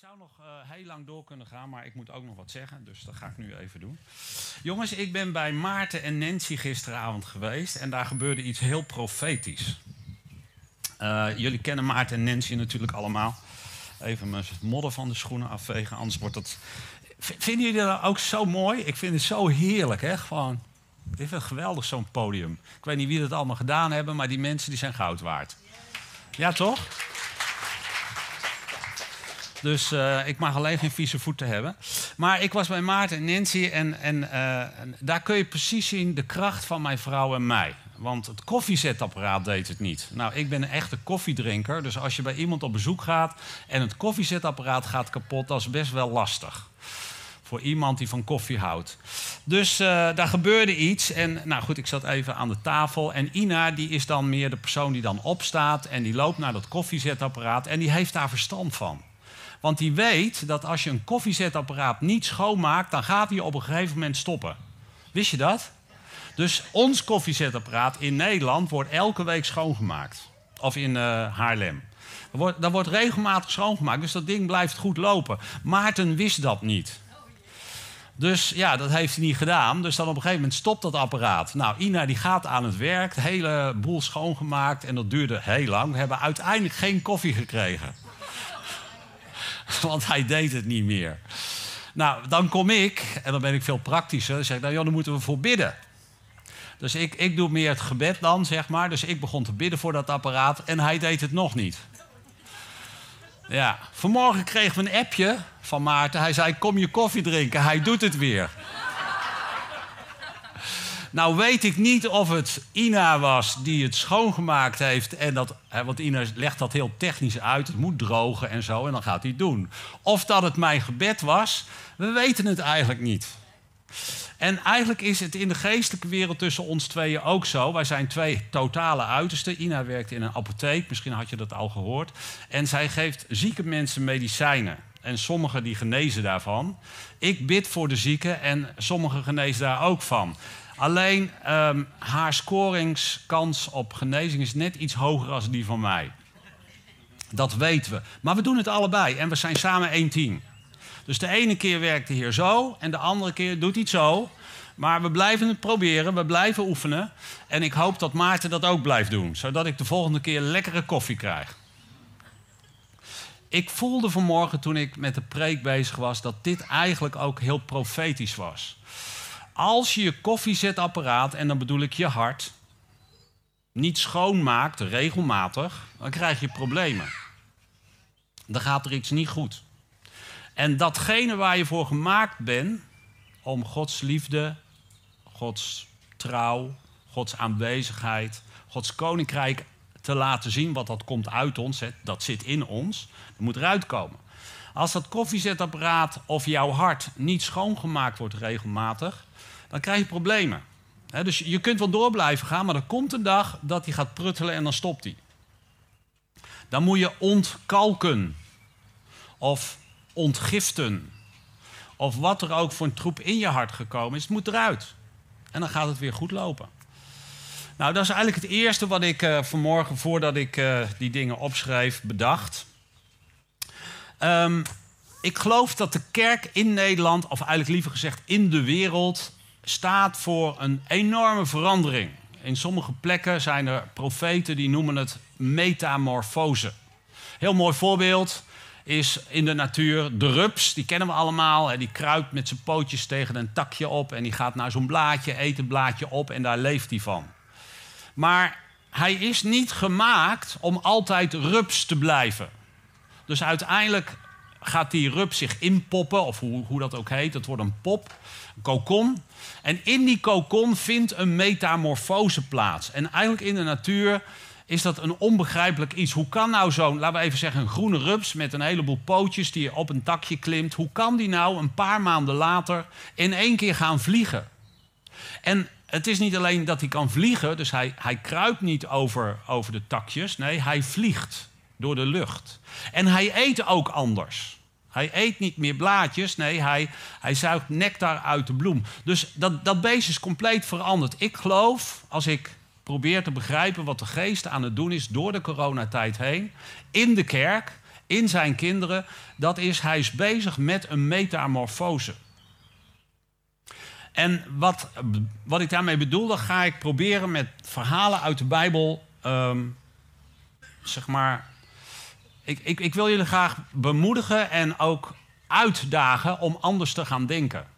zou nog heel lang door kunnen gaan, maar ik moet ook nog wat zeggen. Dus dat ga ik nu even doen. Jongens, ik ben bij Maarten en Nancy gisteravond geweest. En daar gebeurde iets heel profetisch. Jullie kennen Maarten en Nancy natuurlijk allemaal. Even mijn modder van de schoenen afvegen, anders wordt het... Vinden jullie dat ook zo mooi? Ik vind het zo heerlijk, hè? Gewoon, ik vind het geweldig, zo'n podium. Ik weet niet wie dat allemaal gedaan hebben, maar die mensen die zijn goud waard. Ja, toch? Dus ik mag alleen geen vieze voeten hebben. Maar ik was bij Maarten en Nancy en daar kun je precies zien de kracht van mijn vrouw en mij. Want het koffiezetapparaat deed het niet. Nou, ik ben een echte koffiedrinker. Dus als je bij iemand op bezoek gaat en het koffiezetapparaat gaat kapot, dat is best wel lastig. Voor iemand die van koffie houdt. Dus daar gebeurde iets. En nou goed, ik zat even aan de tafel. En Ina, die is dan meer de persoon die dan opstaat. En die loopt naar dat koffiezetapparaat. En die heeft daar verstand van. Want die weet dat als je een koffiezetapparaat niet schoonmaakt, dan gaat hij op een gegeven moment stoppen. Wist je dat? Dus ons koffiezetapparaat in Nederland wordt elke week schoongemaakt. Of in Haarlem. Dat wordt regelmatig schoongemaakt, dus dat ding blijft goed lopen. Maarten wist dat niet. Dus ja, dat heeft hij niet gedaan. Dus dan op een gegeven moment stopt dat apparaat. Nou, Ina die gaat aan het werk, de hele boel schoongemaakt. En dat duurde heel lang. We hebben uiteindelijk geen koffie gekregen. Want hij deed het niet meer. Nou, dan kom ik, en dan ben ik veel praktischer. Dan zeg ik, nou joh, dan moeten we voor bidden. Dus ik doe meer het gebed dan, zeg maar. Dus ik begon te bidden voor dat apparaat en hij deed het nog niet. Ja, vanmorgen kregen we een appje van Maarten. Hij zei, kom je koffie drinken, hij doet het weer. Nou weet ik niet of het Ina was die het schoongemaakt heeft. En dat, want Ina legt dat heel technisch uit. Het moet drogen en zo en dan gaat hij het doen. Of dat het mijn gebed was. We weten het eigenlijk niet. En eigenlijk is het in de geestelijke wereld tussen ons tweeën ook zo. Wij zijn twee totale uitersten. Ina werkt in een apotheek, misschien had je dat al gehoord. En zij geeft zieke mensen medicijnen. En sommigen die genezen daarvan. Ik bid voor de zieken en sommigen genezen daar ook van. Alleen haar scoringskans op genezing is net iets hoger dan die van mij. Dat weten we. Maar we doen het allebei en we zijn samen één team. Dus de ene keer werkt de Heer zo en de andere keer doet hij het zo. Maar we blijven het proberen, we blijven oefenen. En ik hoop dat Maarten dat ook blijft doen. Zodat ik de volgende keer lekkere koffie krijg. Ik voelde vanmorgen toen ik met de preek bezig was dat dit eigenlijk ook heel profetisch was. Als je je koffiezetapparaat, en dan bedoel ik je hart, niet schoonmaakt regelmatig, dan krijg je problemen. Dan gaat er iets niet goed. En datgene waar je voor gemaakt bent, om Gods liefde, Gods trouw, Gods aanwezigheid, Gods koninkrijk te laten zien, wat dat komt uit ons, dat zit in ons, dat moet eruit komen. Als dat koffiezetapparaat of jouw hart niet schoongemaakt wordt regelmatig, dan krijg je problemen. Dus je kunt wel door blijven gaan, maar er komt een dag dat hij gaat pruttelen en dan stopt hij. Dan moet je ontkalken. Of ontgiften. Of wat er ook voor een troep in je hart gekomen is, het moet eruit. En dan gaat het weer goed lopen. Nou, dat is eigenlijk het eerste wat ik vanmorgen, voordat ik die dingen opschreef, bedacht. Ik geloof dat de kerk in Nederland, of eigenlijk liever gezegd in de wereld, staat voor een enorme verandering. In sommige plekken zijn er profeten die noemen het metamorfose. Heel mooi voorbeeld is in de natuur de rups, die kennen we allemaal. En die kruipt met zijn pootjes tegen een takje op en die gaat naar zo'n blaadje, eet een blaadje op en daar leeft hij van. Maar hij is niet gemaakt om altijd rups te blijven. Dus uiteindelijk gaat die rups zich inpoppen, of hoe dat ook heet. Dat wordt een pop, een kokon. En in die kokon vindt een metamorfose plaats. En eigenlijk in de natuur is dat een onbegrijpelijk iets. Hoe kan nou zo'n, laten we even zeggen, een groene rups met een heleboel pootjes die op een takje klimt, hoe kan die nou een paar maanden later in één keer gaan vliegen? En het is niet alleen dat hij kan vliegen, dus hij kruipt niet over de takjes. Nee, hij vliegt door de lucht. En hij eet ook anders. Hij eet niet meer blaadjes, nee, hij zuigt nectar uit de bloem. Dus dat beest is compleet veranderd. Ik geloof, als ik probeer te begrijpen wat de geest aan het doen is door de coronatijd heen, in de kerk in zijn kinderen, dat is, hij is bezig met een metamorfose. En wat ik daarmee bedoel, dat ga ik proberen met verhalen uit de Bijbel, Ik wil jullie graag bemoedigen en ook uitdagen om anders te gaan denken.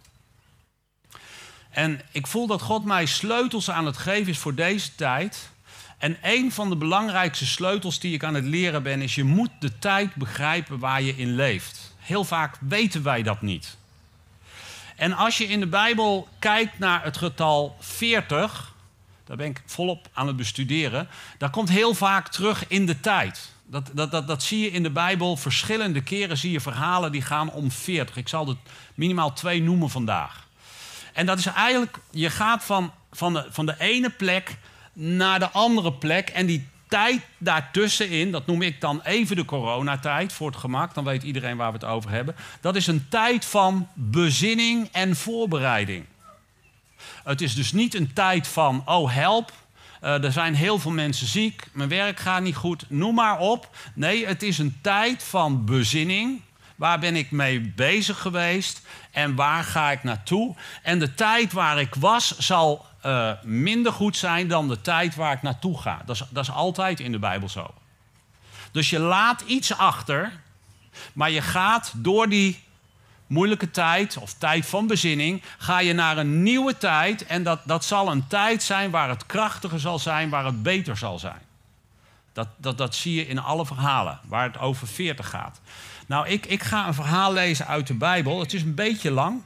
En ik voel dat God mij sleutels aan het geven is voor deze tijd. En een van de belangrijkste sleutels die ik aan het leren ben, is: je moet de tijd begrijpen waar je in leeft. Heel vaak weten wij dat niet. En als je in de Bijbel kijkt naar het getal 40, daar ben ik volop aan het bestuderen, dat komt heel vaak terug in de tijd. Dat zie je in de Bijbel. Verschillende keren zie je verhalen die gaan om 40. Ik zal er minimaal 2 noemen vandaag. En dat is eigenlijk, je gaat van de ene plek naar de andere plek. En die tijd daartussenin, dat noem ik dan even de coronatijd voor het gemak. Dan weet iedereen waar we het over hebben. Dat is een tijd van bezinning en voorbereiding. Het is dus niet een tijd van, oh help, er zijn heel veel mensen ziek, mijn werk gaat niet goed, noem maar op. Nee, het is een tijd van bezinning. Waar ben ik mee bezig geweest en waar ga ik naartoe? En de tijd waar ik was zal minder goed zijn dan de tijd waar ik naartoe ga. Dat is altijd in de Bijbel zo. Dus je laat iets achter, maar je gaat door die moeilijke tijd of tijd van bezinning, ga je naar een nieuwe tijd. En dat zal een tijd zijn waar het krachtiger zal zijn, waar het beter zal zijn. Dat zie je in alle verhalen, waar het over 40 gaat. Nou, ik ga een verhaal lezen uit de Bijbel. Het is een beetje lang.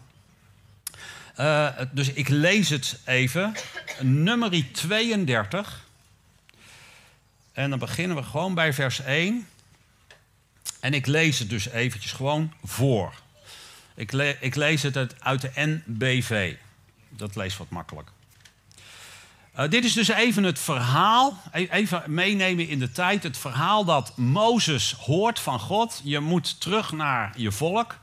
Dus ik lees het even. Numeri 32. En dan beginnen we gewoon bij vers 1. En ik lees het dus eventjes gewoon voor. Ik lees het uit de NBV. Dat leest wat makkelijk. Dit is dus even het verhaal, even meenemen in de tijd. Het verhaal dat Mozes hoort van God. Je moet terug naar je volk.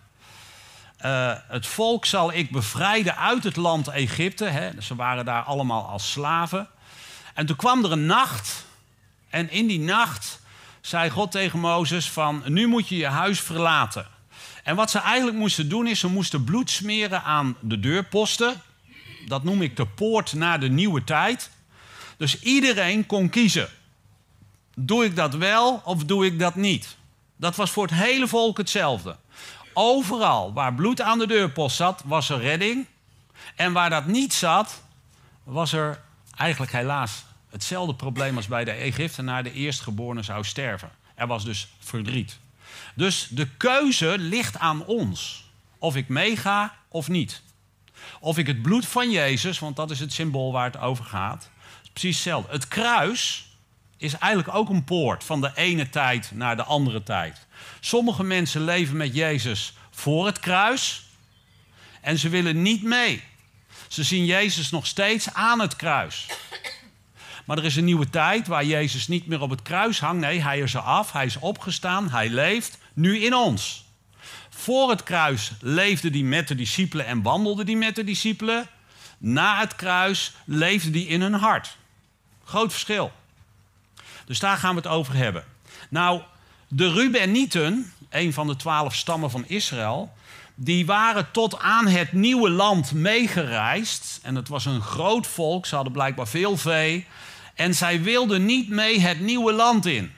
Het volk zal ik bevrijden uit het land Egypte. Hè. Ze waren daar allemaal als slaven. En toen kwam er een nacht. En in die nacht zei God tegen Mozes van: nu moet je je huis verlaten. En wat ze eigenlijk moesten doen is, ze moesten bloed smeren aan de deurposten. Dat noem ik de poort naar de nieuwe tijd. Dus iedereen kon kiezen. Doe ik dat wel of doe ik dat niet? Dat was voor het hele volk hetzelfde. Overal waar bloed aan de deurpost zat, was er redding. En waar dat niet zat, was er eigenlijk helaas hetzelfde probleem als bij de Egyptenaren. De eerstgeborene zou sterven. Er was dus verdriet. Dus de keuze ligt aan ons. Of ik meega of niet. Of ik het bloed van Jezus, want dat is het symbool waar het over gaat, is precies hetzelfde. Het kruis is eigenlijk ook een poort van de ene tijd naar de andere tijd. Sommige mensen leven met Jezus voor het kruis en ze willen niet mee. Ze zien Jezus nog steeds aan het kruis. Maar er is een nieuwe tijd waar Jezus niet meer op het kruis hangt. Nee, hij is er af, hij is opgestaan, hij leeft nu in ons. Voor het kruis leefde hij met de discipelen en wandelde hij met de discipelen. Na het kruis leefde hij in hun hart. Groot verschil. Dus daar gaan we het over hebben. Nou, de Rubenieten, een van de 12 stammen van Israël, die waren tot aan het nieuwe land meegereisd. En het was een groot volk, ze hadden blijkbaar veel vee. En zij wilden niet mee het nieuwe land in.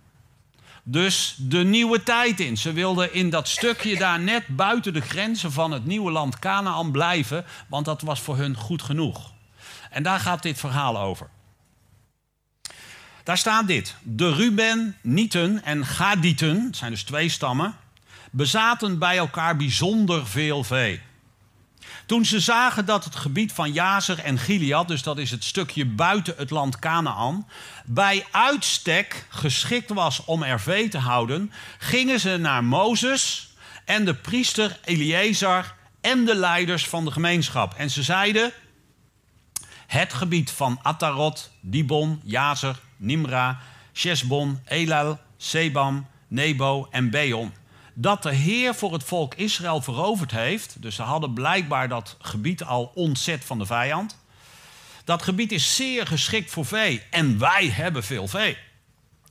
Dus de nieuwe tijd in. Ze wilden in dat stukje daar net buiten de grenzen van het nieuwe land Kanaan blijven, want dat was voor hun goed genoeg. En daar gaat dit verhaal over. Daar staat dit. De Rubenieten en Gadieten, het zijn dus 2 stammen, bezaten bij elkaar bijzonder veel vee. Toen ze zagen dat het gebied van Jazer en Gilead, dus dat is het stukje buiten het land Kanaan, bij uitstek geschikt was om er vee te houden, gingen ze naar Mozes en de priester Eleazar en de leiders van de gemeenschap. En ze zeiden: het gebied van Atarot, Dibon, Jazer, Nimra, Shesbon, Elal, Sebam, Nebo en Beon, dat de Heer voor het volk Israël veroverd heeft. Dus ze hadden blijkbaar dat gebied al ontzet van de vijand. Dat gebied is zeer geschikt voor vee en wij hebben veel vee.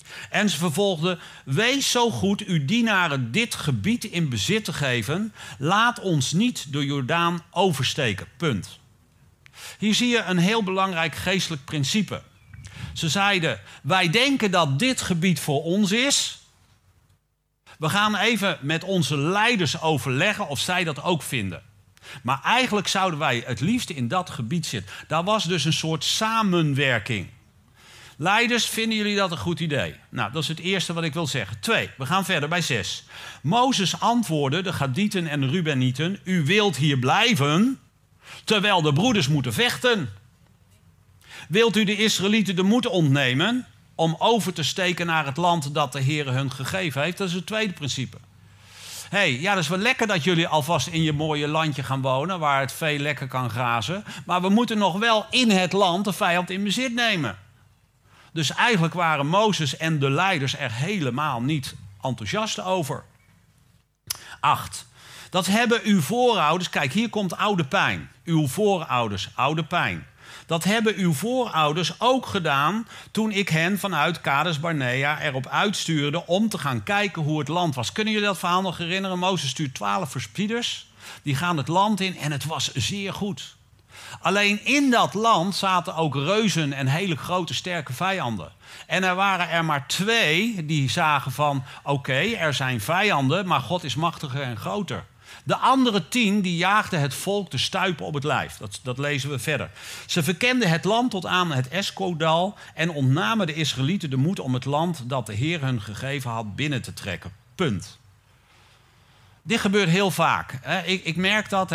En ze vervolgden: wees zo goed uw dienaren dit gebied in bezit te geven. Laat ons niet de Jordaan oversteken. Punt. Hier zie je een heel belangrijk geestelijk principe. Ze zeiden: wij denken dat dit gebied voor ons is. We gaan even met onze leiders overleggen of zij dat ook vinden. Maar eigenlijk zouden wij het liefst in dat gebied zitten. Daar was dus een soort samenwerking. Leiders, vinden jullie dat een goed idee? Nou, dat is het eerste wat ik wil zeggen. 2, we gaan verder bij 6. Mozes antwoordde de Gadieten en de Rubenieten: u wilt hier blijven, terwijl de broeders moeten vechten. Wilt u de Israëlieten de moed ontnemen om over te steken naar het land dat de Heer hun gegeven heeft? Dat is het tweede principe. Ja, dat is wel lekker dat jullie alvast in je mooie landje gaan wonen, waar het vee lekker kan grazen. Maar we moeten nog wel in het land de vijand in bezit nemen. Dus eigenlijk waren Mozes en de leiders er helemaal niet enthousiast over. 8. Dat hebben uw voorouders, kijk, hier komt oude pijn. Uw voorouders, oude pijn. Dat hebben uw voorouders ook gedaan toen ik hen vanuit Kades Barnea erop uitstuurde om te gaan kijken hoe het land was. Kunnen jullie dat verhaal nog herinneren? Mozes stuurt 12 verspieders. Die gaan het land in en het was zeer goed. Alleen in dat land zaten ook reuzen en hele grote sterke vijanden. En er waren er maar 2 die zagen van: oké, er zijn vijanden, maar God is machtiger en groter. De andere 10 die jaagden het volk te stuipen op het lijf. Dat lezen we verder. Ze verkenden het land tot aan het Eskodal en ontnamen de Israëlieten de moed om het land dat de Heer hun gegeven had binnen te trekken. Punt. Dit gebeurt heel vaak. Ik merk dat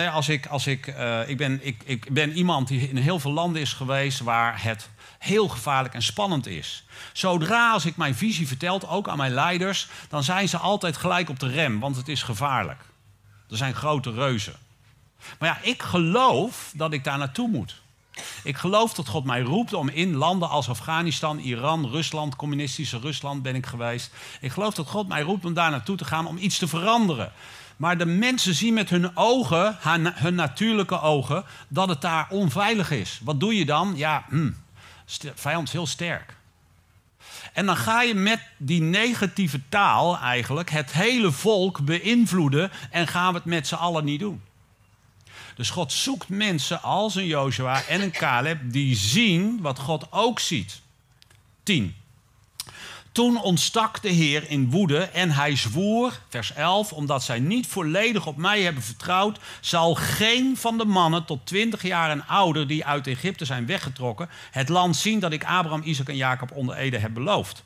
ik ben iemand die in heel veel landen is geweest waar het heel gevaarlijk en spannend is. Zodra als ik mijn visie vertel, ook aan mijn leiders, dan zijn ze altijd gelijk op de rem, want het is gevaarlijk. Er zijn grote reuzen. Maar ja, ik geloof dat ik daar naartoe moet. Ik geloof dat God mij roept om in landen als Afghanistan, Iran, Rusland, communistische Rusland ben ik geweest. Ik geloof dat God mij roept om daar naartoe te gaan om iets te veranderen. Maar de mensen zien met hun ogen, hun natuurlijke ogen, dat het daar onveilig is. Wat doe je dan? Ja, vijand is heel sterk. En dan ga je met die negatieve taal eigenlijk het hele volk beïnvloeden en gaan we het met z'n allen niet doen. Dus God zoekt mensen als een Jozua en een Caleb die zien wat God ook ziet. 10. Toen ontstak de Heer in woede en hij zwoer, vers 11... omdat zij niet volledig op mij hebben vertrouwd, zal geen van de mannen tot 20 jaar en ouder die uit Egypte zijn weggetrokken het land zien dat ik Abraham, Isaac en Jacob onder ede heb beloofd.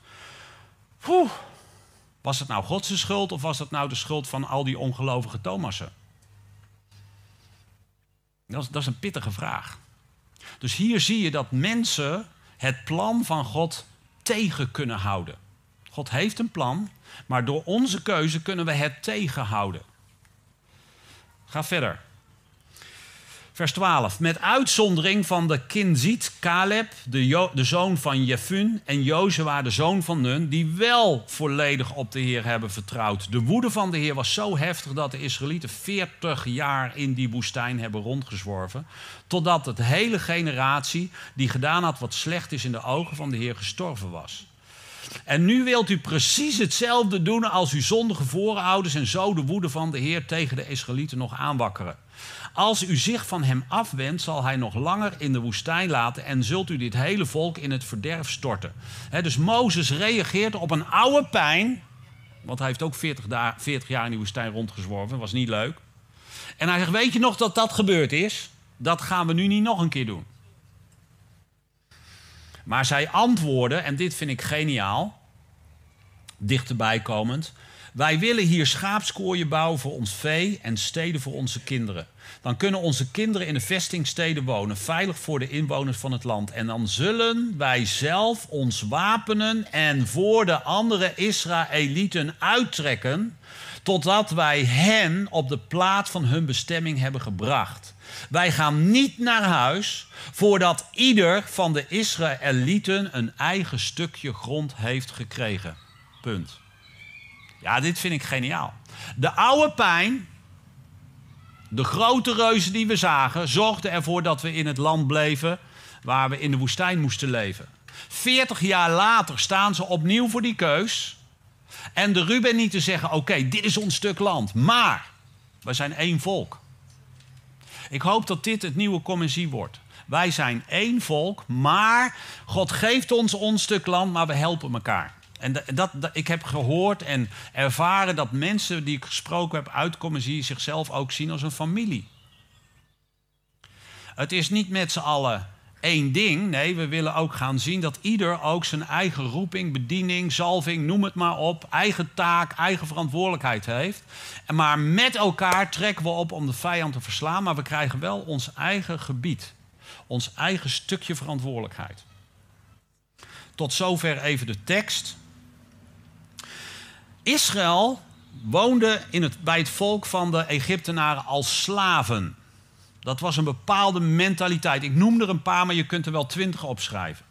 Was het nou Gods schuld of was het nou de schuld van al die ongelovige Thomassen? Dat is een pittige vraag. Dus hier zie je dat mensen het plan van God tegen kunnen houden. God heeft een plan, maar door onze keuze kunnen we het tegenhouden. Ga verder. Vers 12. Met uitzondering van de Kinziet, Caleb, de zoon van Jefun, en Jozua, de zoon van Nun, die wel volledig op de Heer hebben vertrouwd. De woede van de Heer was zo heftig dat de Israëlieten 40 jaar in die woestijn hebben rondgezworven, totdat het hele generatie die gedaan had wat slecht is in de ogen van de Heer gestorven was. En nu wilt u precies hetzelfde doen als uw zondige voorouders en zo de woede van de Heer tegen de Israëlieten nog aanwakkeren. Als u zich van hem afwendt, zal hij nog langer in de woestijn laten en zult u dit hele volk in het verderf storten. Dus Mozes reageert op een oude pijn, want hij heeft ook 40 jaar in die woestijn rondgezworven, was niet leuk. En hij zegt, weet je nog dat dat gebeurd is? Dat gaan we nu niet nog een keer doen. Maar zij antwoorden, en dit vind ik geniaal, dichterbij komend: wij willen hier schaapskooien bouwen voor ons vee en steden voor onze kinderen. Dan kunnen onze kinderen in de vestingsteden wonen, veilig voor de inwoners van het land. En dan zullen wij zelf ons wapenen en voor de andere Israëlieten uittrekken, totdat wij hen op de plaats van hun bestemming hebben gebracht. Wij gaan niet naar huis voordat ieder van de Israëlieten een eigen stukje grond heeft gekregen. Punt. Ja, dit vind ik geniaal. De oude pijn, de grote reuzen die we zagen, zorgden ervoor dat we in het land bleven waar we in de woestijn moesten leven. 40 jaar later staan ze opnieuw voor die keus. En de Reubenieten zeggen, oké, dit is ons stuk land. Maar wij zijn één volk. Ik hoop dat dit het nieuwe commissie wordt. Wij zijn één volk, maar God geeft ons stuk land, maar we helpen elkaar. En ik heb gehoord en ervaren dat mensen die ik gesproken heb uit commissie zichzelf ook zien als een familie. Het is niet met z'n allen één ding. Nee, we willen ook gaan zien dat ieder ook zijn eigen roeping, bediening, zalving, noem het maar op, eigen taak, eigen verantwoordelijkheid heeft. Maar met elkaar trekken we op om de vijand te verslaan, maar we krijgen wel ons eigen gebied. Ons eigen stukje verantwoordelijkheid. Tot zover even de tekst. Israël woonde bij het volk van de Egyptenaren als slaven. Dat was een bepaalde mentaliteit. Ik noem er een paar, maar je kunt er wel 20 opschrijven.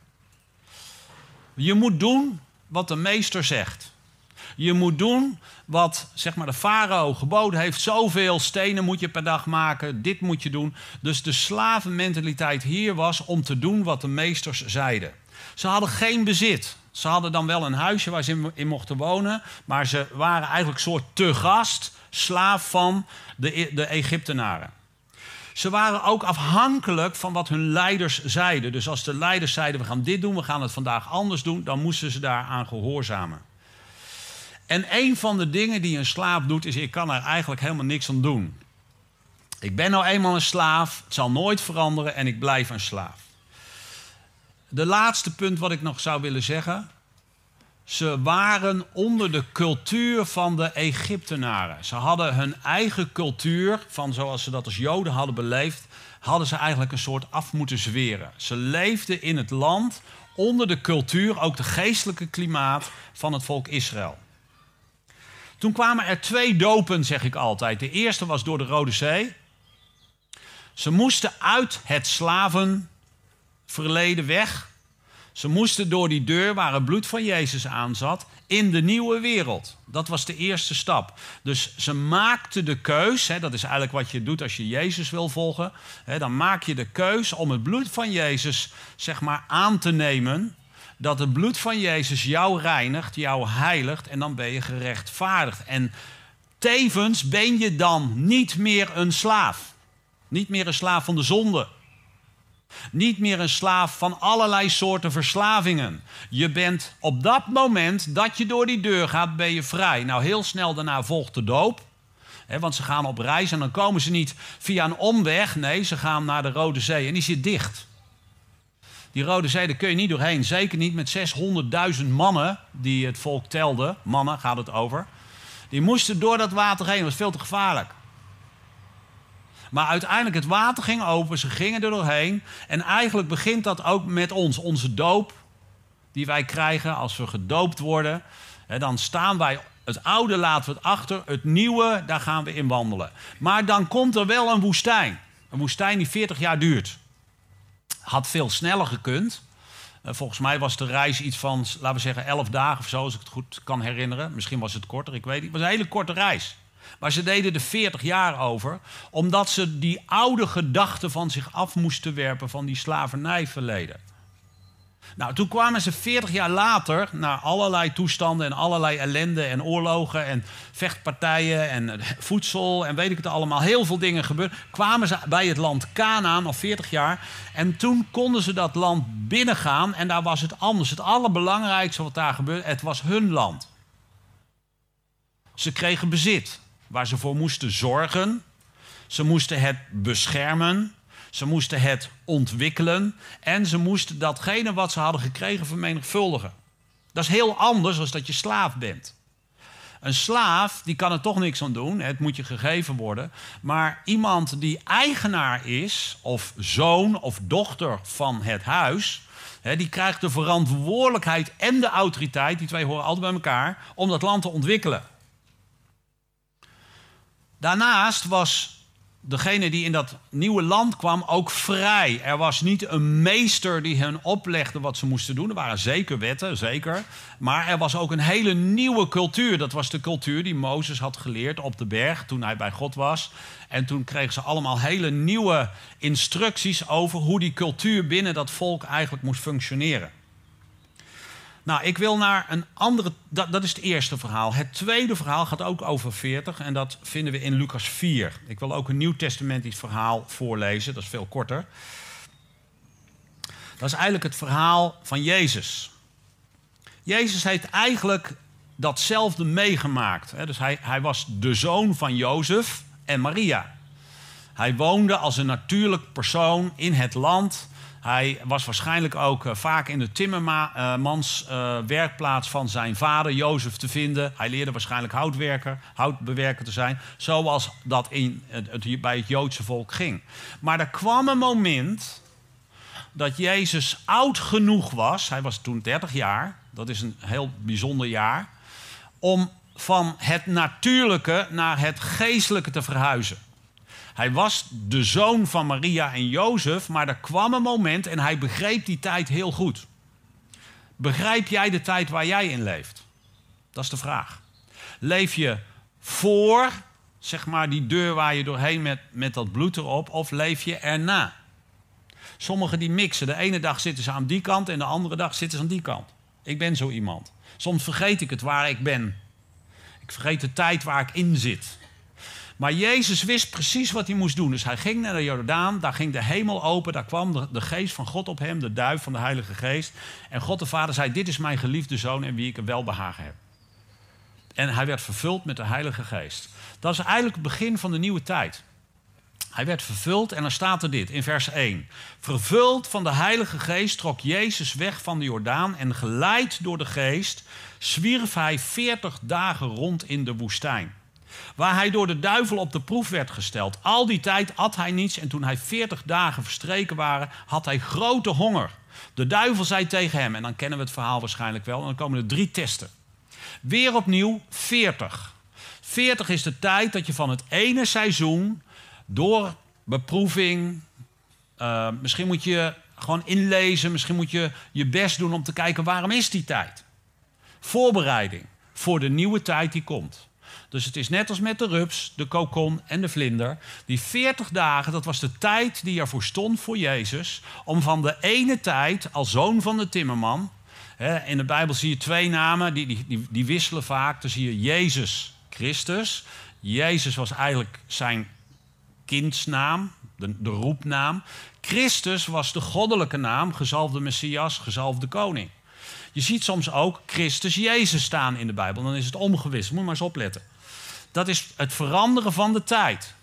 Je moet doen wat de meester zegt. Je moet doen wat zeg maar, de farao geboden heeft. Zoveel stenen moet je per dag maken. Dit moet je doen. Dus de slavenmentaliteit hier was om te doen wat de meesters zeiden. Ze hadden geen bezit. Ze hadden dan wel een huisje waar ze in mochten wonen. Maar ze waren eigenlijk een soort te gast, slaaf van de Egyptenaren. Ze waren ook afhankelijk van wat hun leiders zeiden. Dus als de leiders zeiden, we gaan dit doen, we gaan het vandaag anders doen, dan moesten ze daaraan gehoorzamen. En een van de dingen die een slaaf doet, is ik kan er eigenlijk helemaal niks aan doen. Ik ben nou eenmaal een slaaf, het zal nooit veranderen en ik blijf een slaaf. De laatste punt wat ik nog zou willen zeggen. Ze waren onder de cultuur van de Egyptenaren. Ze hadden hun eigen cultuur, van zoals ze dat als Joden hadden beleefd, hadden ze eigenlijk een soort af moeten zweren. Ze leefden in het land onder de cultuur, ook de geestelijke klimaat van het volk Israël. Toen kwamen er 2 dopen, zeg ik altijd. De eerste was door de Rode Zee. Ze moesten uit het slavenverleden weg. Ze moesten door die deur waar het bloed van Jezus aan zat in de nieuwe wereld. Dat was de eerste stap. Dus ze maakten de keus, dat is eigenlijk wat je doet als je Jezus wil volgen. Dan maak je de keus om het bloed van Jezus zeg maar, aan te nemen. Dat het bloed van Jezus jou reinigt, jou heiligt en dan ben je gerechtvaardigd. En tevens ben je dan niet meer een slaaf. Niet meer een slaaf van de zonde. Niet meer een slaaf van allerlei soorten verslavingen. Je bent op dat moment dat je door die deur gaat, ben je vrij. Nou, heel snel daarna volgt de doop. Want ze gaan op reis en dan komen ze niet via een omweg. Nee, ze gaan naar de Rode Zee en die zit dicht. Die Rode Zee, daar kun je niet doorheen. Zeker niet met 600.000 mannen die het volk telde. Mannen gaat het over. Die moesten door dat water heen. Dat was veel te gevaarlijk. Maar uiteindelijk, het water ging open, ze gingen er doorheen. En eigenlijk begint dat ook met ons. Onze doop, die wij krijgen als we gedoopt worden. Dan staan wij, het oude laten we het achter, het nieuwe, daar gaan we in wandelen. Maar dan komt er wel een woestijn. Een woestijn die 40 jaar duurt. Had veel sneller gekund. Volgens mij was de reis iets van, laten we zeggen, 11 dagen of zo, als ik het goed kan herinneren. Misschien was het korter, ik weet niet. Het was een hele korte reis. Maar ze deden er 40 jaar over, omdat ze die oude gedachten van zich af moesten werpen van die slavernijverleden. Nou, toen kwamen ze 40 jaar later, na allerlei toestanden en allerlei ellende en oorlogen en vechtpartijen en voedsel en weet ik het allemaal, heel veel dingen gebeurd, kwamen ze bij het land Kanaan, al 40 jaar, en toen konden ze dat land binnengaan en daar was het anders. Het allerbelangrijkste wat daar gebeurde, het was hun land. Ze kregen bezit, waar ze voor moesten zorgen. Ze moesten het beschermen. Ze moesten het ontwikkelen. En ze moesten datgene wat ze hadden gekregen vermenigvuldigen. Dat is heel anders dan dat je slaaf bent. Een slaaf, die kan er toch niks aan doen. Het moet je gegeven worden. Maar iemand die eigenaar is, of zoon of dochter van het huis, die krijgt de verantwoordelijkheid en de autoriteit, die twee horen altijd bij elkaar, om dat land te ontwikkelen. Daarnaast was degene die in dat nieuwe land kwam ook vrij. Er was niet een meester die hen oplegde wat ze moesten doen. Er waren zeker wetten, zeker. Maar er was ook een hele nieuwe cultuur. Dat was de cultuur die Mozes had geleerd op de berg toen hij bij God was. En toen kregen ze allemaal hele nieuwe instructies over hoe die cultuur binnen dat volk eigenlijk moest functioneren. Nou, ik wil naar een andere... Dat is het eerste verhaal. Het tweede verhaal gaat ook over 40 en dat vinden we in Lucas 4. Ik wil ook een nieuwtestamentisch verhaal voorlezen, dat is veel korter. Dat is eigenlijk het verhaal van Jezus. Jezus heeft eigenlijk datzelfde meegemaakt. Dus hij was de zoon van Jozef en Maria. Hij woonde als een natuurlijk persoon in het land. Hij was waarschijnlijk ook vaak in de timmermans werkplaats van zijn vader Jozef te vinden. Hij leerde waarschijnlijk houtbewerker te zijn, zoals dat bij het Joodse volk ging. Maar er kwam een moment dat Jezus oud genoeg was, hij was toen 30 jaar, dat is een heel bijzonder jaar, om van het natuurlijke naar het geestelijke te verhuizen. Hij was de zoon van Maria en Jozef, maar er kwam een moment en hij begreep die tijd heel goed. Begrijp jij de tijd waar jij in leeft? Dat is de vraag. Leef je voor, zeg maar, die deur waar je doorheen met dat bloed erop, of leef je erna? Sommigen die mixen. De ene dag zitten ze aan die kant en de andere dag zitten ze aan die kant. Ik ben zo iemand. Soms vergeet ik het waar ik ben. Ik vergeet de tijd waar ik in zit. Maar Jezus wist precies wat hij moest doen. Dus hij ging naar de Jordaan, daar ging de hemel open, daar kwam de geest van God op hem, de duif van de Heilige Geest. En God de Vader zei, dit is mijn geliefde zoon in wie ik een welbehagen heb. En hij werd vervuld met de Heilige Geest. Dat is eigenlijk het begin van de nieuwe tijd. Hij werd vervuld en dan staat er dit in vers 1. Vervuld van de Heilige Geest trok Jezus weg van de Jordaan en geleid door de Geest zwierf hij 40 dagen rond in de woestijn. Waar hij door de duivel op de proef werd gesteld. Al die tijd at hij niets en toen hij 40 dagen verstreken waren, had hij grote honger. De duivel zei tegen hem, en dan kennen we het verhaal waarschijnlijk wel, en dan komen er 3 testen. Weer opnieuw 40. 40 is de tijd dat je van het ene seizoen door beproeving, misschien moet je gewoon inlezen, misschien moet je je best doen om te kijken waarom is die tijd. Voorbereiding voor de nieuwe tijd die komt. Dus het is net als met de rups, de kokon en de vlinder. Die 40 dagen, dat was de tijd die ervoor stond voor Jezus, om van de ene tijd als zoon van de timmerman, in de Bijbel zie je 2 namen, die wisselen vaak. Dan zie je Jezus Christus. Jezus was eigenlijk zijn kindsnaam, de roepnaam. Christus was de goddelijke naam, gezalfde Messias, gezalfde koning. Je ziet soms ook Christus Jezus staan in de Bijbel. Dan is het omgewisseld, moet maar eens opletten. Dat is het veranderen van de tijd.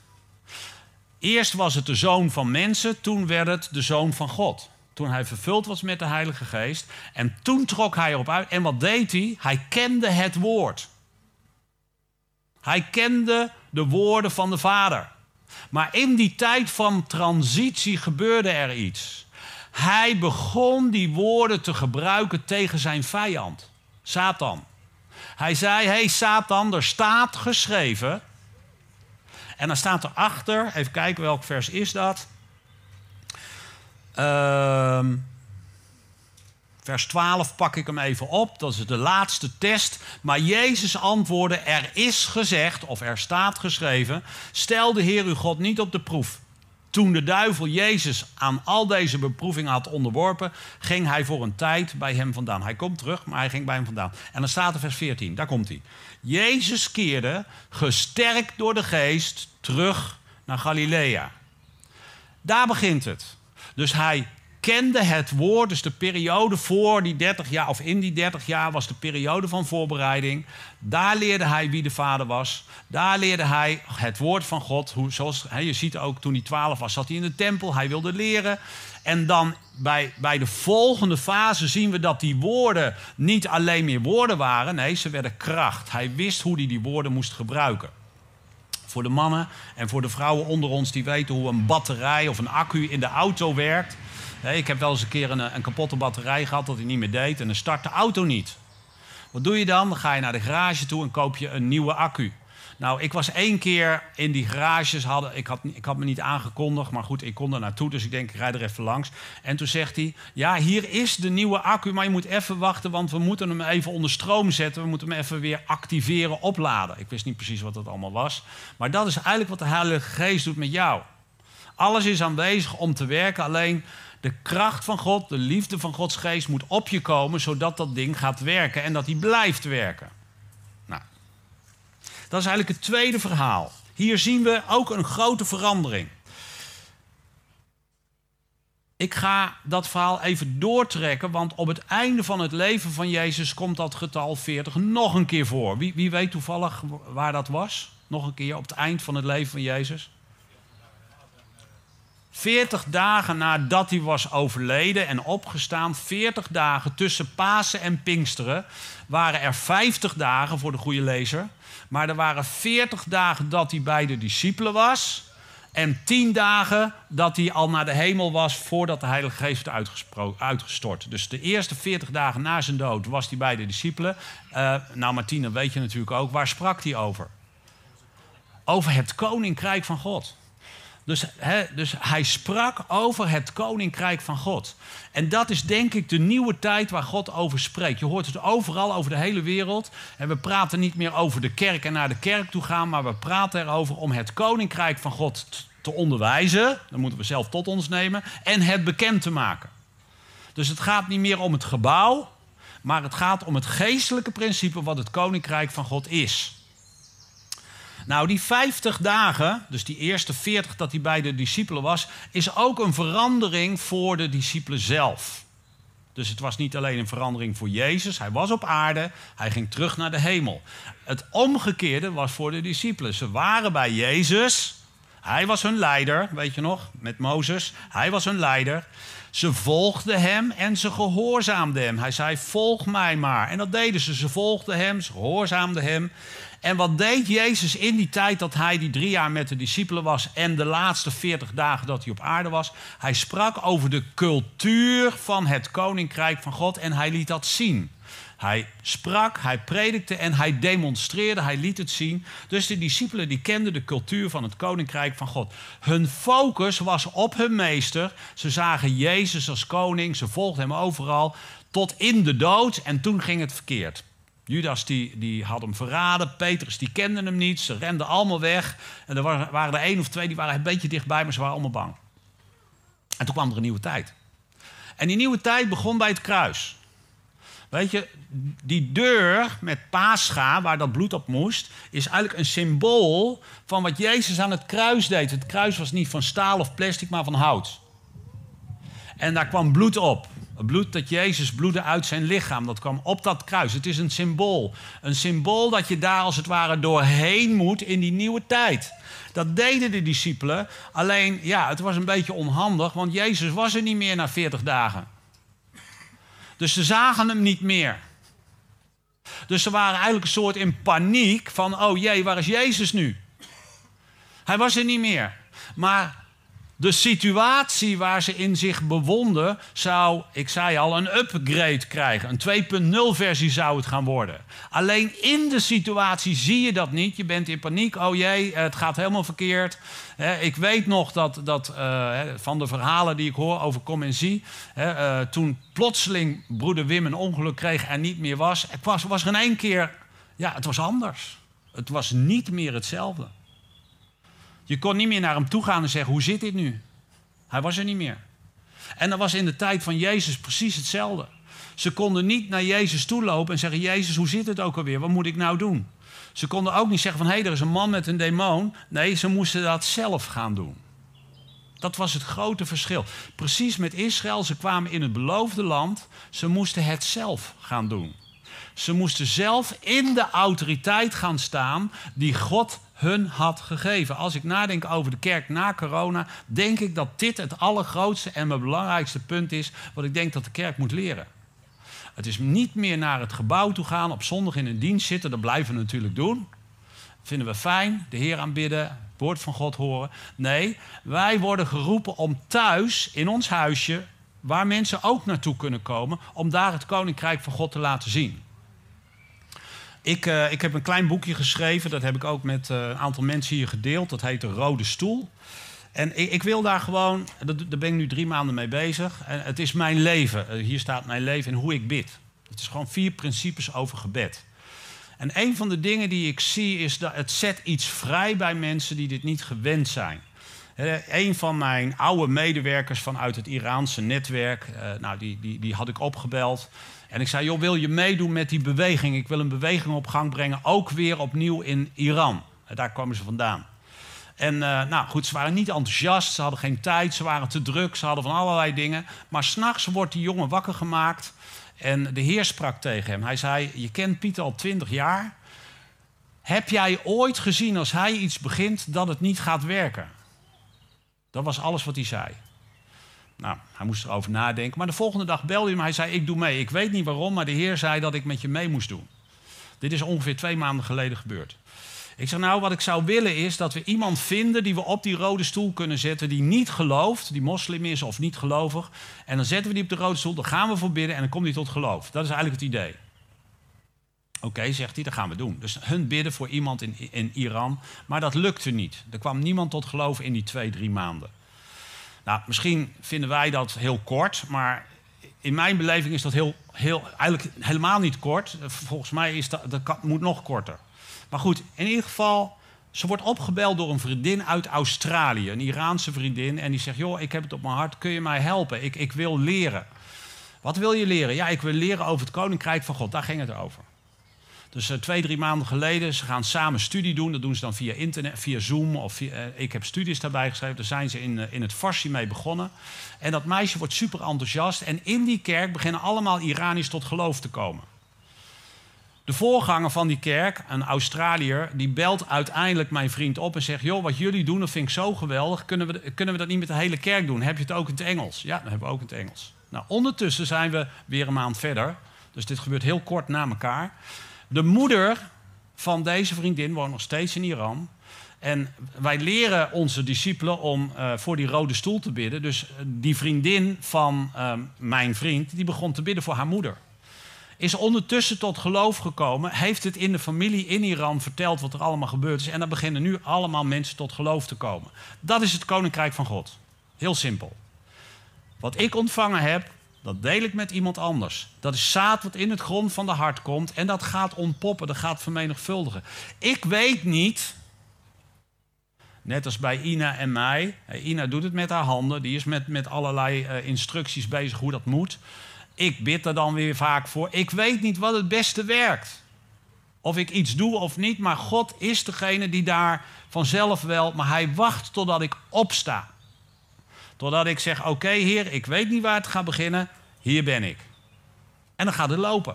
Eerst was het de zoon van mensen, toen werd het de zoon van God. Toen hij vervuld was met de Heilige Geest. En toen trok hij erop uit. En wat deed hij? Hij kende het woord. Hij kende de woorden van de Vader. Maar in die tijd van transitie gebeurde er iets. Hij begon die woorden te gebruiken tegen zijn vijand, Satan. Hij zei, hey Satan, er staat geschreven. En dan staat erachter, even kijken welk vers is dat. Vers 12 pak ik hem even op, dat is de laatste test. Maar Jezus antwoordde, er is gezegd, of er staat geschreven, stel de Heer uw God niet op de proef. Toen de duivel Jezus aan al deze beproevingen had onderworpen, ging hij voor een tijd bij hem vandaan. Hij komt terug, maar hij ging bij hem vandaan. En dan staat er vers 14, daar komt hij. Jezus keerde, gesterkt door de Geest, terug naar Galilea. Daar begint het. Dus hij kende het woord, dus de periode voor die 30 jaar, of in die 30 jaar was de periode van voorbereiding. Daar leerde hij wie de Vader was. Daar leerde hij het woord van God. Zoals je ziet ook toen hij 12 was, zat hij in de tempel. Hij wilde leren. En dan bij de volgende fase zien we dat die woorden niet alleen meer woorden waren. Nee, ze werden kracht. Hij wist hoe hij die woorden moest gebruiken. Voor de mannen en voor de vrouwen onder ons die weten hoe een batterij of een accu in de auto werkt. Ik heb wel eens een keer een kapotte batterij gehad dat hij niet meer deed en dan start de auto niet. Wat doe je dan? Dan ga je naar de garage toe en koop je een nieuwe accu. Nou, ik was 1 keer in die garages, ik had me niet aangekondigd, maar goed, ik kon er naartoe, dus ik denk, ik rijd er even langs. En toen zegt hij, ja, hier is de nieuwe accu, maar je moet even wachten, want we moeten hem even onder stroom zetten. We moeten hem even weer activeren, opladen. Ik wist niet precies wat dat allemaal was. Maar dat is eigenlijk wat de Heilige Geest doet met jou. Alles is aanwezig om te werken. Alleen de kracht van God, de liefde van Gods geest moet op je komen, zodat dat ding gaat werken en dat die blijft werken. Nou, dat is eigenlijk het tweede verhaal. Hier zien we ook een grote verandering. Ik ga dat verhaal even doortrekken, want op het einde van het leven van Jezus komt dat getal 40 nog een keer voor. Wie weet toevallig waar dat was? Nog een keer op het eind van het leven van Jezus. 40 dagen nadat hij was overleden en opgestaan, 40 dagen tussen Pasen en Pinksteren, waren er 50 dagen voor de goede lezer. Maar er waren 40 dagen dat hij bij de discipelen was en 10 dagen dat hij al naar de hemel was voordat de Heilige Geest werd uitgestort. Dus de eerste 40 dagen na zijn dood was hij bij de discipelen. Martine, weet je natuurlijk ook. Waar sprak hij over? Over het koninkrijk van God. Dus hij sprak over het koninkrijk van God. En dat is denk ik de nieuwe tijd waar God over spreekt. Je hoort het overal, over de hele wereld. En we praten niet meer over de kerk en naar de kerk toe gaan, maar we praten erover om het koninkrijk van God te onderwijzen. Dat moeten we zelf tot ons nemen. En het bekend te maken. Dus het gaat niet meer om het gebouw, maar het gaat om het geestelijke principe wat het koninkrijk van God is. Nou, die 50 dagen, dus die eerste 40 dat hij bij de discipelen was, is ook een verandering voor de discipelen zelf. Dus het was niet alleen een verandering voor Jezus, hij was op aarde, hij ging terug naar de hemel. Het omgekeerde was voor de discipelen. Ze waren bij Jezus, hij was hun leider, weet je nog, met Mozes, hij was hun leider. Ze volgden hem en ze gehoorzaamden hem. Hij zei, volg mij maar. En dat deden ze. Ze volgden hem, ze gehoorzaamden hem. En wat deed Jezus in die tijd dat hij die 3 jaar met de discipelen was en de laatste 40 dagen dat hij op aarde was? Hij sprak over de cultuur van het koninkrijk van God en hij liet dat zien. Hij sprak, hij predikte en hij demonstreerde, hij liet het zien. Dus de discipelen die kenden de cultuur van het koninkrijk van God. Hun focus was op hun meester. Ze zagen Jezus als koning, ze volgden hem overal tot in de dood en toen ging het verkeerd. Judas die had hem verraden, Petrus die kende hem niet, ze renden allemaal weg. En er waren er 1 of 2 die waren een beetje dichtbij, maar ze waren allemaal bang. En toen kwam er een nieuwe tijd. En die nieuwe tijd begon bij het kruis. Weet je, die deur met Pascha, waar dat bloed op moest, is eigenlijk een symbool van wat Jezus aan het kruis deed. Het kruis was niet van staal of plastic, maar van hout. En daar kwam bloed op. Het bloed dat Jezus bloedde uit zijn lichaam, dat kwam op dat kruis. Het is een symbool. Een symbool dat je daar als het ware doorheen moet in die nieuwe tijd. Dat deden de discipelen. Alleen, ja, het was een beetje onhandig, want Jezus was er niet meer na 40 dagen. Dus ze zagen hem niet meer. Dus ze waren eigenlijk een soort in paniek van, oh jee, waar is Jezus nu? Hij was er niet meer. Maar de situatie waar ze in zich bevonden zou, ik zei al, een upgrade krijgen. Een 2.0 versie zou het gaan worden. Alleen in de situatie zie je dat niet. Je bent in paniek. Oh jee, het gaat helemaal verkeerd. Ik weet nog dat van de verhalen die ik hoor over Kom en Zie. Toen plotseling broeder Wim een ongeluk kreeg en niet meer was. Het was er in één keer, ja, het was anders. Het was niet meer hetzelfde. Je kon niet meer naar hem toe gaan en zeggen, hoe zit dit nu? Hij was er niet meer. En dat was in de tijd van Jezus precies hetzelfde. Ze konden niet naar Jezus toe lopen en zeggen, Jezus, hoe zit het ook alweer? Wat moet ik nou doen? Ze konden ook niet zeggen van, hé, er is een man met een demon. Nee, ze moesten dat zelf gaan doen. Dat was het grote verschil. Precies met Israël, ze kwamen in het beloofde land. Ze moesten het zelf gaan doen. Ze moesten zelf in de autoriteit gaan staan die God hun had gegeven. Als ik nadenk over de kerk na corona, denk ik dat dit het allergrootste en mijn belangrijkste punt is wat ik denk dat de kerk moet leren. Het is niet meer naar het gebouw toe gaan, op zondag in een dienst zitten, dat blijven we natuurlijk doen. Dat vinden we fijn, de Heer aanbidden, het woord van God horen. Nee, wij worden geroepen om thuis, in ons huisje, waar mensen ook naartoe kunnen komen, om daar het koninkrijk van God te laten zien. Ik heb een klein boekje geschreven, dat heb ik ook met een aantal mensen hier gedeeld. Dat heet De Rode Stoel. En ik wil daar gewoon, daar ben ik nu 3 maanden mee bezig. En het is mijn leven, hier staat mijn leven en hoe ik bid. Het is gewoon 4 principes over gebed. En een van de dingen die ik zie is dat het zet iets vrij bij mensen die dit niet gewend zijn. Een van mijn oude medewerkers vanuit het Iraanse netwerk, die had ik opgebeld. En ik zei, joh, wil je meedoen met die beweging? Ik wil een beweging op gang brengen, ook weer opnieuw in Iran. Daar kwamen ze vandaan. En ze waren niet enthousiast, ze hadden geen tijd, ze waren te druk, ze hadden van allerlei dingen. Maar 's nachts wordt die jongen wakker gemaakt en de Heer sprak tegen hem. Hij zei, je kent Pieter al 20 jaar. Heb jij ooit gezien als hij iets begint dat het niet gaat werken? Dat was alles wat hij zei. Nou, hij moest erover nadenken. Maar de volgende dag belde hij hem. Hij zei, ik doe mee. Ik weet niet waarom, maar de Heer zei dat ik met je mee moest doen. Dit is ongeveer 2 maanden geleden gebeurd. Ik zeg, nou, wat ik zou willen is dat we iemand vinden die we op die rode stoel kunnen zetten, die niet gelooft, die moslim is of niet gelovig. En dan zetten we die op de rode stoel, dan gaan we voor bidden en dan komt hij tot geloof. Dat is eigenlijk het idee. Oké, zegt hij, dat gaan we doen. Dus hun bidden voor iemand in Iran, maar dat lukte niet. Er kwam niemand tot geloof in die 2-3 maanden. Nou, misschien vinden wij dat heel kort, maar in mijn beleving is dat eigenlijk helemaal niet kort. Volgens mij is dat moet nog korter. Maar goed, in ieder geval, ze wordt opgebeld door een vriendin uit Australië, een Iraanse vriendin. En die zegt, joh, ik heb het op mijn hart, kun je mij helpen? Ik wil leren. Wat wil je leren? Ja, ik wil leren over het Koninkrijk van God. Daar ging het over. Dus 2-3 maanden geleden, ze gaan samen studie doen. Dat doen ze dan via internet, via Zoom. Ik heb studies daarbij geschreven. Daar zijn ze in het Farsi mee begonnen. En dat meisje wordt super enthousiast. En in die kerk beginnen allemaal Iraniërs tot geloof te komen. De voorganger van die kerk, een Australiër, die belt uiteindelijk mijn vriend op en zegt, joh, wat jullie doen, dat vind ik zo geweldig. Kunnen we dat niet met de hele kerk doen? Heb je het ook in het Engels? Ja, dat hebben we ook in het Engels. Nou, ondertussen zijn we weer een maand verder. Dus dit gebeurt heel kort na elkaar. De moeder van deze vriendin woont nog steeds in Iran. En wij leren onze discipelen om voor die rode stoel te bidden. Dus die vriendin van mijn vriend, die begon te bidden voor haar moeder. Is ondertussen tot geloof gekomen, heeft het in de familie in Iran verteld wat er allemaal gebeurd is. En dan beginnen nu allemaal mensen tot geloof te komen. Dat is het Koninkrijk van God. Heel simpel. Wat ik ontvangen heb, dat deel ik met iemand anders. Dat is zaad wat in het grond van de hart komt en dat gaat ontpoppen, dat gaat vermenigvuldigen. Ik weet niet, net als bij Ina en mij, Ina doet het met haar handen, die is met allerlei instructies bezig hoe dat moet. Ik bid er dan weer vaak voor. Ik weet niet wat het beste werkt. Of ik iets doe of niet, maar God is degene die daar vanzelf wel, maar hij wacht totdat ik opsta. Totdat ik zeg, oké, Heer, ik weet niet waar het gaat beginnen, hier ben ik. En dan gaat het lopen.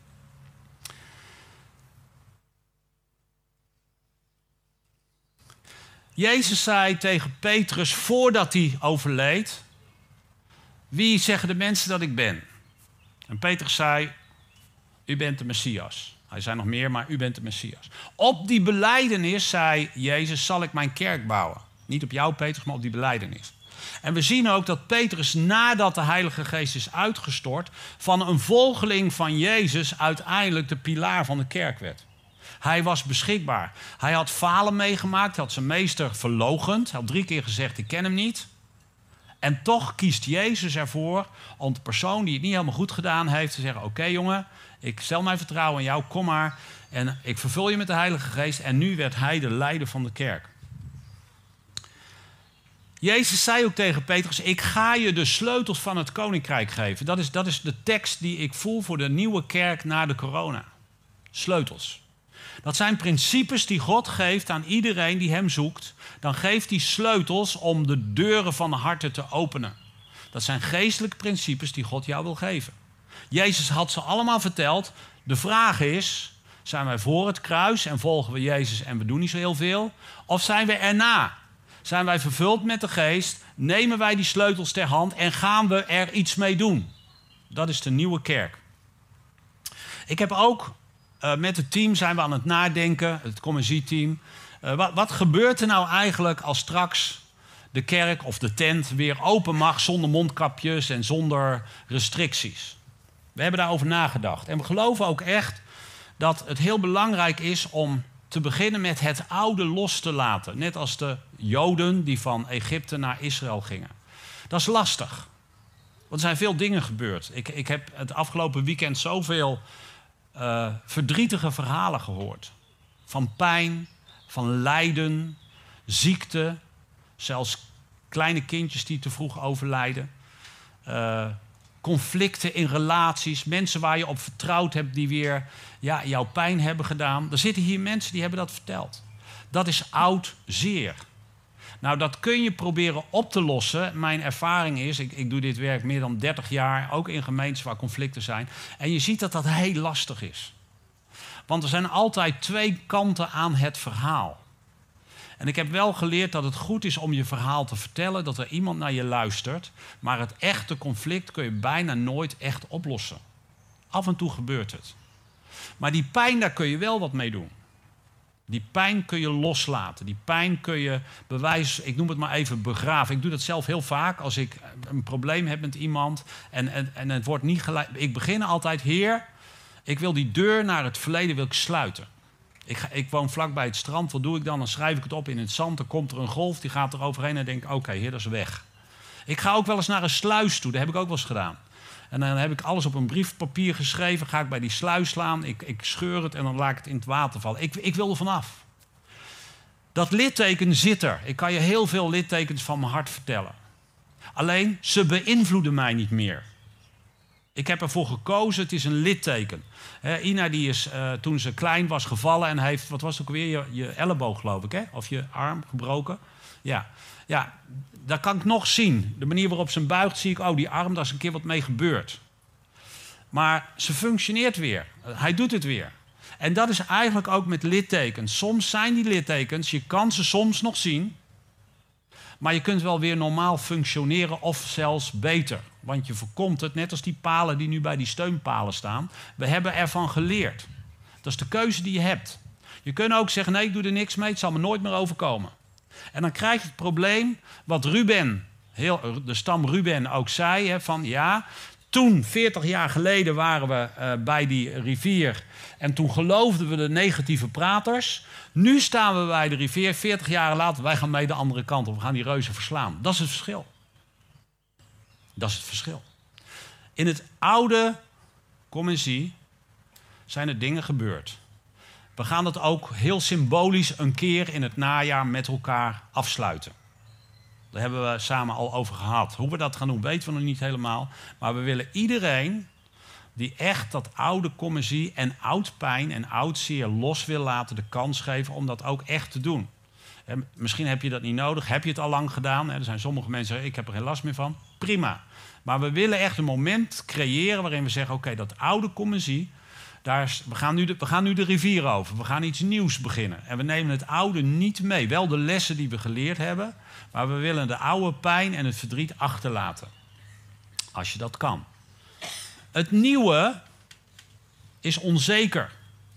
Jezus zei tegen Petrus, voordat hij overleed, wie zeggen de mensen dat ik ben? En Petrus zei, u bent de Messias. Hij zei nog meer, maar u bent de Messias. Op die belijdenis, zei Jezus, zal ik mijn kerk bouwen. Niet op jou, Petrus, maar op die belijdenis. En we zien ook dat Petrus, nadat de Heilige Geest is uitgestort, van een volgeling van Jezus uiteindelijk de pilaar van de kerk werd. Hij was beschikbaar. Hij had falen meegemaakt, hij had zijn meester verloochend. Hij had 3 keer gezegd, ik ken hem niet. En toch kiest Jezus ervoor om de persoon die het niet helemaal goed gedaan heeft te zeggen, oké, jongen, ik stel mijn vertrouwen in jou, kom maar. En ik vervul je met de Heilige Geest. En nu werd hij de leider van de kerk. Jezus zei ook tegen Petrus, ik ga je de sleutels van het koninkrijk geven. Dat is de tekst die ik voel voor de nieuwe kerk na de corona. Sleutels. Dat zijn principes die God geeft aan iedereen die hem zoekt. Dan geeft hij sleutels om de deuren van de harten te openen. Dat zijn geestelijke principes die God jou wil geven. Jezus had ze allemaal verteld. De vraag is, zijn wij voor het kruis en volgen we Jezus en we doen niet zo heel veel? Of zijn we erna? Zijn wij vervuld met de geest? Nemen wij die sleutels ter hand en gaan we er iets mee doen? Dat is de nieuwe kerk. Ik heb ook met het team zijn we aan het nadenken, het commissie-team. Wat gebeurt er nou eigenlijk als straks de kerk of de tent weer open mag zonder mondkapjes en zonder restricties? We hebben daarover nagedacht. En we geloven ook echt dat het heel belangrijk is om te beginnen met het oude los te laten. Net als de Joden die van Egypte naar Israël gingen. Dat is lastig. Want er zijn veel dingen gebeurd. Ik heb het afgelopen weekend zoveel verdrietige verhalen gehoord. Van pijn, van lijden, ziekte, Zelfs kleine kindjes die te vroeg overlijden. Conflicten in relaties. Mensen waar je op vertrouwd hebt die weer jouw pijn hebben gedaan. Er zitten hier mensen die hebben dat verteld. Dat is oud zeer. Nou, dat kun je proberen op te lossen. Mijn ervaring is, ik doe dit werk meer dan 30 jaar, ook in gemeentes waar conflicten zijn. En je ziet dat dat heel lastig is. Want er zijn altijd twee kanten aan het verhaal. En ik heb wel geleerd dat het goed is om je verhaal te vertellen, dat er iemand naar je luistert. Maar het echte conflict kun je bijna nooit echt oplossen. Af en toe gebeurt het. Maar die pijn, daar kun je wel wat mee doen. Die pijn kun je loslaten. Die pijn kun je bewijzen, ik noem het maar even begraven. Ik doe dat zelf heel vaak als ik een probleem heb met iemand. En het wordt niet gelijk. Ik begin altijd, Heer, ik wil die deur naar het verleden wil ik sluiten. Ik woon vlakbij het strand. Wat doe ik dan? Dan schrijf ik het op in het zand. Dan komt er een golf, die gaat er overheen en denk ik, oké, Heer, dat is weg. Ik ga ook wel eens naar een sluis toe. Dat heb ik ook wel eens gedaan. En dan heb ik alles op een briefpapier geschreven. Ga ik bij die sluis slaan. Ik scheur het en dan laat ik het in het water vallen. Ik wil er vanaf. Dat litteken zit er. Ik kan je heel veel littekens van mijn hart vertellen. Alleen, ze beïnvloeden mij niet meer. Ik heb ervoor gekozen, het is een litteken. Ina die is toen ze klein was gevallen en heeft, wat was het ook weer, je elleboog geloof ik, hè? Of je arm gebroken. Ja, dat kan ik nog zien. De manier waarop ze hem buigt, zie ik, oh, die arm, daar is een keer wat mee gebeurd. Maar ze functioneert weer. Hij doet het weer. En dat is eigenlijk ook met littekens. Soms zijn die littekens, je kan ze soms nog zien, maar je kunt wel weer normaal functioneren of zelfs beter. Want je voorkomt het, net als die palen die nu bij die steunpalen staan. We hebben ervan geleerd. Dat is de keuze die je hebt. Je kunt ook zeggen, nee, ik doe er niks mee, het zal me nooit meer overkomen. En dan krijg je het probleem wat Ruben, de stam Ruben ook zei, hè, van ja, toen, 40 jaar geleden, waren we bij die rivier en toen geloofden we de negatieve praters. Nu staan we bij de rivier, 40 jaar later, wij gaan mee de andere kant op. We gaan die reuzen verslaan. Dat is het verschil. Dat is het verschil. In het oude, kom en zie, zijn er dingen gebeurd. We gaan dat ook heel symbolisch een keer in het najaar met elkaar afsluiten. Daar hebben we samen al over gehad. Hoe we dat gaan doen, weten we nog niet helemaal. Maar we willen iedereen die echt dat oude kom en zie en oud pijn en oud zeer los wil laten, de kans geven om dat ook echt te doen. Misschien heb je dat niet nodig, heb je het al lang gedaan. Er zijn sommige mensen die zeggen, ik heb er geen last meer van. Prima. Maar we willen echt een moment creëren waarin we zeggen, oké, dat oude kom en zie, we gaan nu de rivier over. We gaan iets nieuws beginnen. En we nemen het oude niet mee. Wel de lessen die we geleerd hebben, maar we willen de oude pijn en het verdriet achterlaten. Als je dat kan. Het nieuwe is onzeker.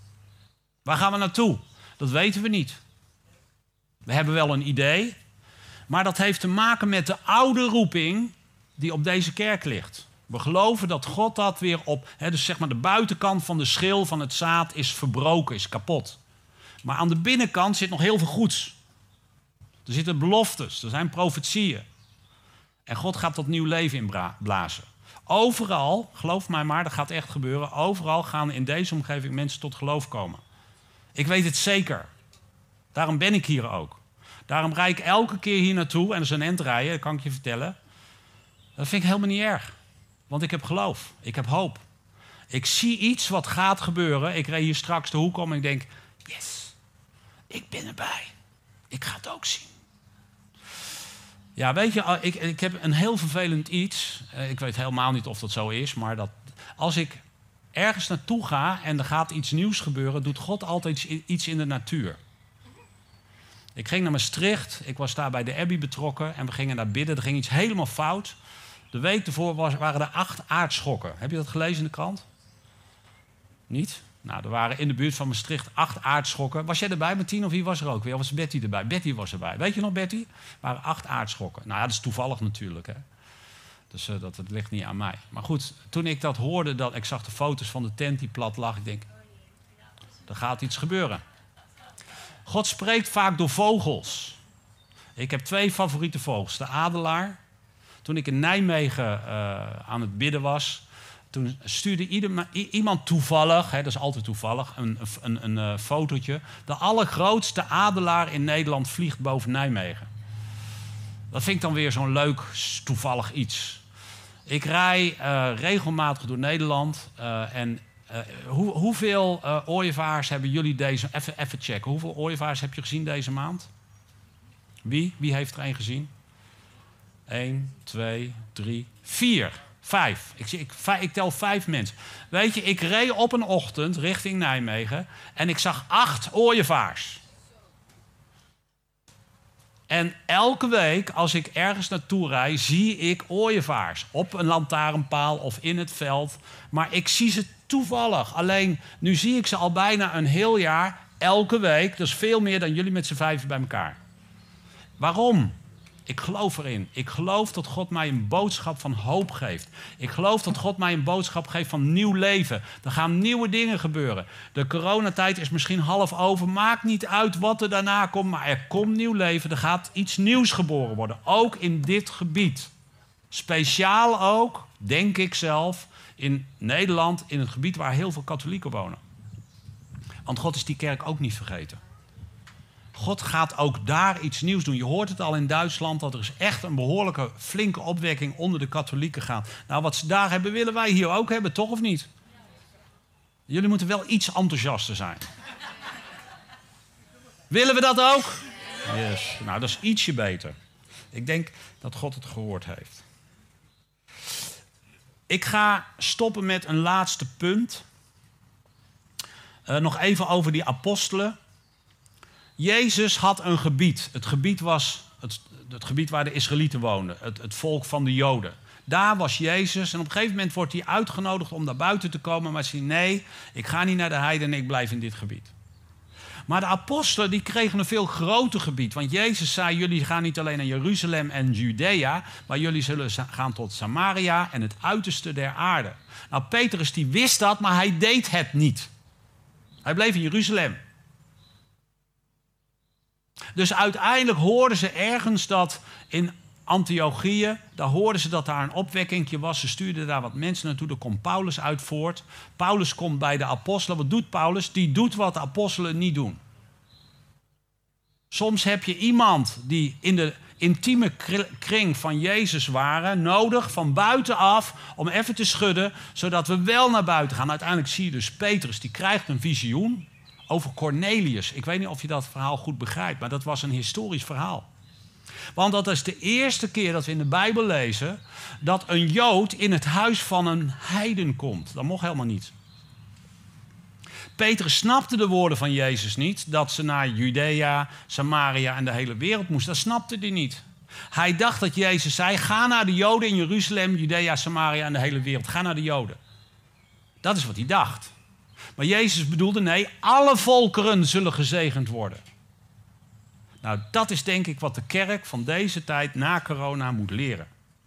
Waar gaan we naartoe? Dat weten we niet. We hebben wel een idee, maar dat heeft te maken met de oude roeping die op deze kerk ligt. We geloven dat God dat weer op, dus zeg maar de buitenkant van de schil van het zaad is verbroken, is kapot. Maar aan de binnenkant zit nog heel veel goeds. Er zitten beloftes, er zijn profetieën. En God gaat tot nieuw leven inblazen. Overal, geloof mij maar, dat gaat echt gebeuren. Overal gaan in deze omgeving mensen tot geloof komen. Ik weet het zeker. Daarom ben ik hier ook. Daarom rijd ik elke keer hier naartoe. En dat is een endrijden, dat kan ik je vertellen. Dat vind ik helemaal niet erg. Want ik heb geloof. Ik heb hoop. Ik zie iets wat gaat gebeuren. Ik reed hier straks de hoek om en ik denk, yes, ik ben erbij. Ik ga het ook zien. Ja, weet je, ik heb een heel vervelend iets. Ik weet helemaal niet of dat zo is, maar dat als ik ergens naartoe ga en er gaat iets nieuws gebeuren, doet God altijd iets in de natuur. Ik ging naar Maastricht, ik was daar bij de Abbey betrokken en we gingen daar bidden. Er ging iets helemaal fout. De week ervoor waren er 8 aardschokken. Heb je dat gelezen in de krant? Niet? Nou, er waren in de buurt van Maastricht 8 aardschokken. Was jij erbij, Martien, of wie was er ook weer? Of was Betty erbij? Betty was erbij. Weet je nog, Betty? Er waren 8 aardschokken. Nou ja, dat is toevallig natuurlijk, hè. Dus dat ligt niet aan mij. Maar goed, toen ik dat hoorde, ik zag de foto's van de tent die plat lag. Ik denk, er gaat iets gebeuren. God spreekt vaak door vogels. Ik heb 2 favoriete vogels. De adelaar. Toen ik in Nijmegen aan het bidden was, toen stuurde iemand toevallig, dat is altijd toevallig, een fotootje. De allergrootste adelaar in Nederland vliegt boven Nijmegen. Dat vind ik dan weer zo'n leuk, toevallig iets. Ik rij regelmatig door Nederland. Hoeveel ooievaars hebben jullie deze... Even checken. Hoeveel ooievaars heb je gezien deze maand? Wie? Wie heeft er één gezien? 1, 2, 3, 4, 5. Ik tel 5 mensen. Weet je, ik reed op een ochtend richting Nijmegen en ik zag 8 ooievaars. En elke week, als ik ergens naartoe rijd, zie ik ooievaars. Op een lantaarnpaal of in het veld. Maar ik zie ze toevallig. Alleen, nu zie ik ze al bijna een heel jaar, elke week. Dat is veel meer dan jullie met z'n 5 bij elkaar. Waarom? Ik geloof erin. Ik geloof dat God mij een boodschap van hoop geeft. Ik geloof dat God mij een boodschap geeft van nieuw leven. Er gaan nieuwe dingen gebeuren. De coronatijd is misschien half over. Maakt niet uit wat er daarna komt, maar er komt nieuw leven. Er gaat iets nieuws geboren worden. Ook in dit gebied. Speciaal ook, denk ik zelf, in Nederland, in het gebied waar heel veel katholieken wonen. Want God is die kerk ook niet vergeten. God gaat ook daar iets nieuws doen. Je hoort het al in Duitsland, dat er is echt een behoorlijke flinke opwekking onder de katholieken gaat. Nou, wat ze daar hebben, willen wij hier ook hebben, toch of niet? Jullie moeten wel iets enthousiaster zijn. Willen we dat ook? Yes. Nou, dat is ietsje beter. Ik denk dat God het gehoord heeft. Ik ga stoppen met een laatste punt. Nog even over die apostelen. Jezus had een gebied. Het gebied was het gebied waar de Israëlieten woonden. Het volk van de Joden. Daar was Jezus. En op een gegeven moment wordt hij uitgenodigd om daar buiten te komen. Maar hij zegt, nee, ik ga niet naar de heidenen, ik blijf in dit gebied. Maar de apostelen die kregen een veel groter gebied. Want Jezus zei, jullie gaan niet alleen naar Jeruzalem en Judea, maar jullie zullen gaan tot Samaria en het uiterste der aarde. Nou, Petrus die wist dat, maar hij deed het niet. Hij bleef in Jeruzalem. Dus uiteindelijk hoorden ze ergens dat in Antiochië, daar hoorden ze dat daar een opwekkingje was. Ze stuurden daar wat mensen naartoe, daar komt Paulus uit voort. Paulus komt bij de apostelen. Wat doet Paulus? Die doet wat de apostelen niet doen. Soms heb je iemand die in de intieme kring van Jezus waren, nodig van buitenaf om even te schudden, zodat we wel naar buiten gaan. Uiteindelijk zie je dus Petrus, die krijgt een visioen over Cornelius. Ik weet niet of je dat verhaal goed begrijpt, maar dat was een historisch verhaal. Want dat is de eerste keer dat we in de Bijbel lezen dat een Jood in het huis van een heiden komt. Dat mocht helemaal niet. Petrus snapte de woorden van Jezus niet, dat ze naar Judea, Samaria en de hele wereld moesten. Dat snapte hij niet. Hij dacht dat Jezus zei, ga naar de Joden in Jeruzalem, Judea, Samaria en de hele wereld. Ga naar de Joden. Dat is wat hij dacht. Maar Jezus bedoelde, nee, alle volkeren zullen gezegend worden. Nou, dat is denk ik wat de kerk van deze tijd na corona moet leren.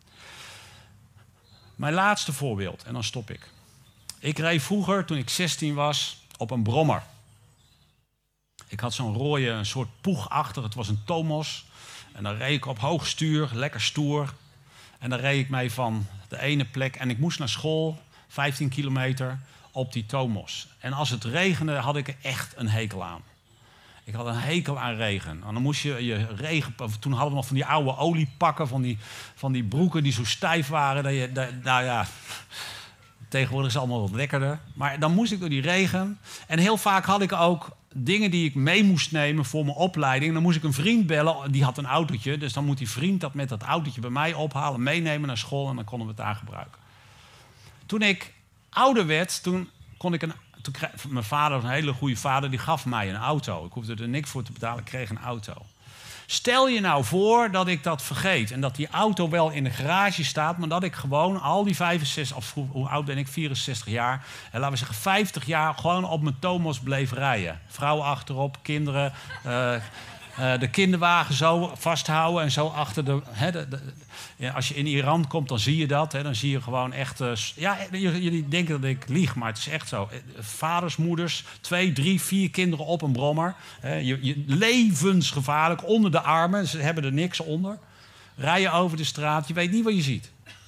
Mijn laatste voorbeeld, en dan stop ik. Ik reed vroeger, toen ik 16 was, op een brommer. Ik had zo'n rode, een soort poeg achter, het was een Tomos. En dan reed ik op hoog stuur, lekker stoer. En dan reed ik mee van de ene plek. En ik moest naar school, 15 kilometer, op die Tomos. En als het regende, had ik er echt een hekel aan. Ik had een hekel aan regen. En dan moest je regen... Toen hadden we nog van die oude oliepakken, van die broeken die zo stijf waren. Nou ja, tegenwoordig is het allemaal wat lekkerder. Maar dan moest ik door die regen. En heel vaak had ik ook dingen die ik mee moest nemen voor mijn opleiding. Dan moest ik een vriend bellen, die had een autootje. Dus dan moet die vriend dat met dat autootje bij mij ophalen, meenemen naar school en dan konden we het daar gebruiken. Toen ik ouder werd, mijn vader was een hele goede vader, die gaf mij een auto. Ik hoefde er niks voor te betalen, ik kreeg een auto. Stel je nou voor dat ik dat vergeet en dat die auto wel in de garage staat, maar dat ik gewoon al die 65, of hoe oud ben ik, 64 jaar, en laten we zeggen 50 jaar, gewoon op mijn Tomos bleef rijden. Vrouw achterop, kinderen, de kinderwagen zo vasthouden en zo achter de... Ja, als je in Iran komt, dan zie je dat. Dan zie je gewoon echt... jullie denken dat ik lieg, maar het is echt zo. Vaders, moeders, 2, 3, 4 kinderen op een brommer. Je levensgevaarlijk, onder de armen. Ze hebben er niks onder. Rijden over de straat, je weet niet wat je ziet.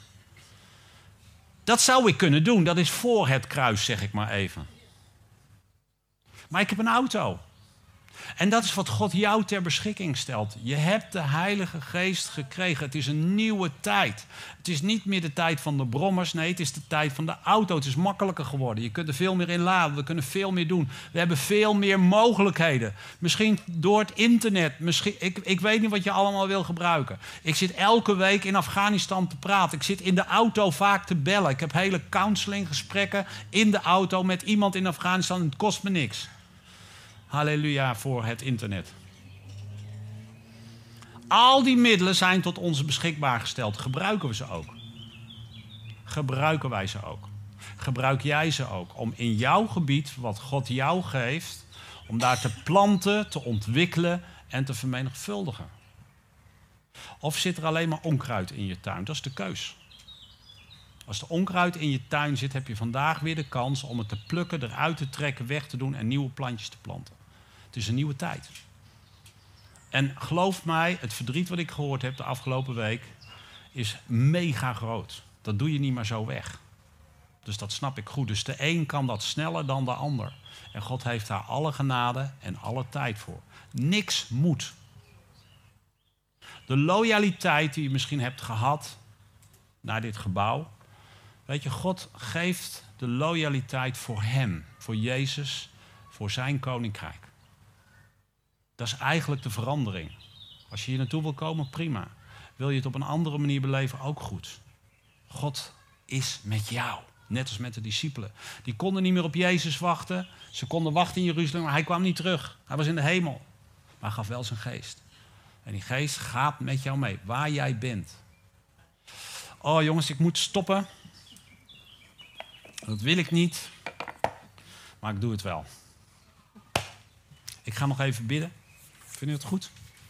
Dat zou ik kunnen doen. Dat is voor het kruis, zeg ik maar even. Maar ik heb een auto. En dat is wat God jou ter beschikking stelt. Je hebt de Heilige Geest gekregen. Het is een nieuwe tijd. Het is niet meer de tijd van de brommers. Nee, het is de tijd van de auto. Het is makkelijker geworden. Je kunt er veel meer in laden. We kunnen veel meer doen. We hebben veel meer mogelijkheden. Misschien door het internet. Misschien, ik weet niet wat je allemaal wil gebruiken. Ik zit elke week in Afghanistan te praten. Ik zit in de auto vaak te bellen. Ik heb hele counselinggesprekken in de auto met iemand in Afghanistan. Het kost me niks. Halleluja voor het internet. Al die middelen zijn tot ons beschikbaar gesteld. Gebruiken we ze ook? Gebruiken wij ze ook? Gebruik jij ze ook om in jouw gebied, wat God jou geeft, om daar te planten, te ontwikkelen en te vermenigvuldigen? Of zit er alleen maar onkruid in je tuin? Dat is de keus. Als er onkruid in je tuin zit, heb je vandaag weer de kans om het te plukken, eruit te trekken, weg te doen en nieuwe plantjes te planten. Het is een nieuwe tijd. En geloof mij, het verdriet wat ik gehoord heb de afgelopen week is mega groot. Dat doe je niet maar zo weg. Dus dat snap ik goed. Dus de een kan dat sneller dan de ander. En God heeft daar alle genade en alle tijd voor. Niks moet. De loyaliteit die je misschien hebt gehad naar dit gebouw. Weet je, God geeft de loyaliteit voor hem, voor Jezus, voor zijn koninkrijk. Dat is eigenlijk de verandering. Als je hier naartoe wil komen, prima. Wil je het op een andere manier beleven, ook goed. God is met jou, net als met de discipelen. Die konden niet meer op Jezus wachten. Ze konden wachten in Jeruzalem, maar hij kwam niet terug. Hij was in de hemel. Maar hij gaf wel zijn geest. En die geest gaat met jou mee, waar jij bent. Oh jongens, ik moet stoppen. Dat wil ik niet, maar ik doe het wel. Ik ga nog even bidden. Vindt u het goed?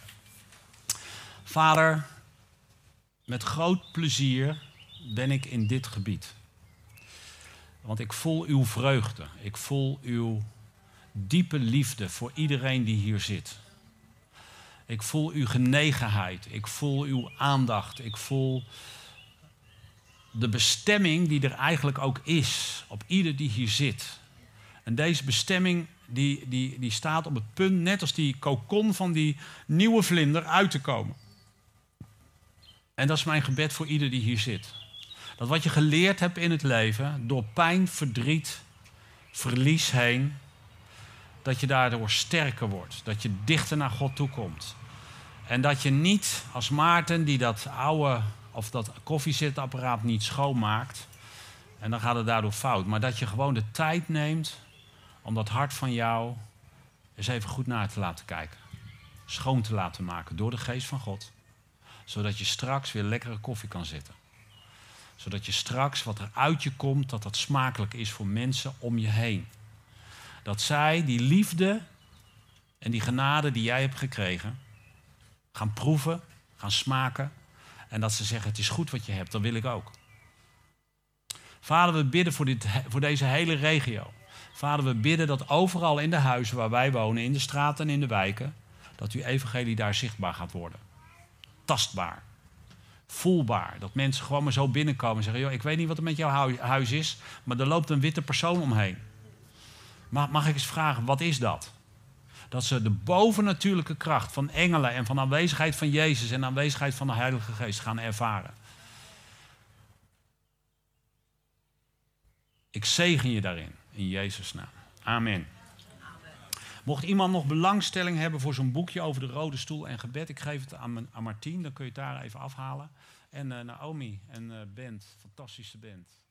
Vader, met groot plezier ben ik in dit gebied. Want ik voel uw vreugde. Ik voel uw diepe liefde voor iedereen die hier zit. Ik voel uw genegenheid. Ik voel uw aandacht. Ik voel de bestemming die er eigenlijk ook is op ieder die hier zit. En deze bestemming die staat op het punt, net als die kokon van die nieuwe vlinder, uit te komen. En dat is mijn gebed voor ieder die hier zit. Dat wat je geleerd hebt in het leven, door pijn, verdriet, verlies heen, dat je daardoor sterker wordt. Dat je dichter naar God toe komt. En dat je niet als Maarten die dat oude of dat koffiezetapparaat niet schoonmaakt. En dan gaat het daardoor fout. Maar dat je gewoon de tijd neemt om dat hart van jou eens even goed naar te laten kijken. Schoon te laten maken door de geest van God. Zodat je straks weer lekkere koffie kan zetten. Zodat je straks wat er uit je komt, dat dat smakelijk is voor mensen om je heen. Dat zij die liefde en die genade die jij hebt gekregen, gaan proeven, gaan smaken. En dat ze zeggen, het is goed wat je hebt, dat wil ik ook. Vader, we bidden voor deze hele regio. Vader, we bidden dat overal in de huizen waar wij wonen, in de straten en in de wijken, dat uw evangelie daar zichtbaar gaat worden. Tastbaar. Voelbaar. Dat mensen gewoon maar zo binnenkomen en zeggen, joh, ik weet niet wat er met jouw huis is, maar er loopt een witte persoon omheen. Mag ik eens vragen, wat is dat? Dat ze de bovennatuurlijke kracht van engelen en van de aanwezigheid van Jezus en de aanwezigheid van de Heilige Geest gaan ervaren. Ik zegen je daarin, in Jezus' naam. Amen. Mocht iemand nog belangstelling hebben voor zo'n boekje over de rode stoel en gebed, ik geef het aan Martien, dan kun je het daar even afhalen. En Naomi en band, fantastische band.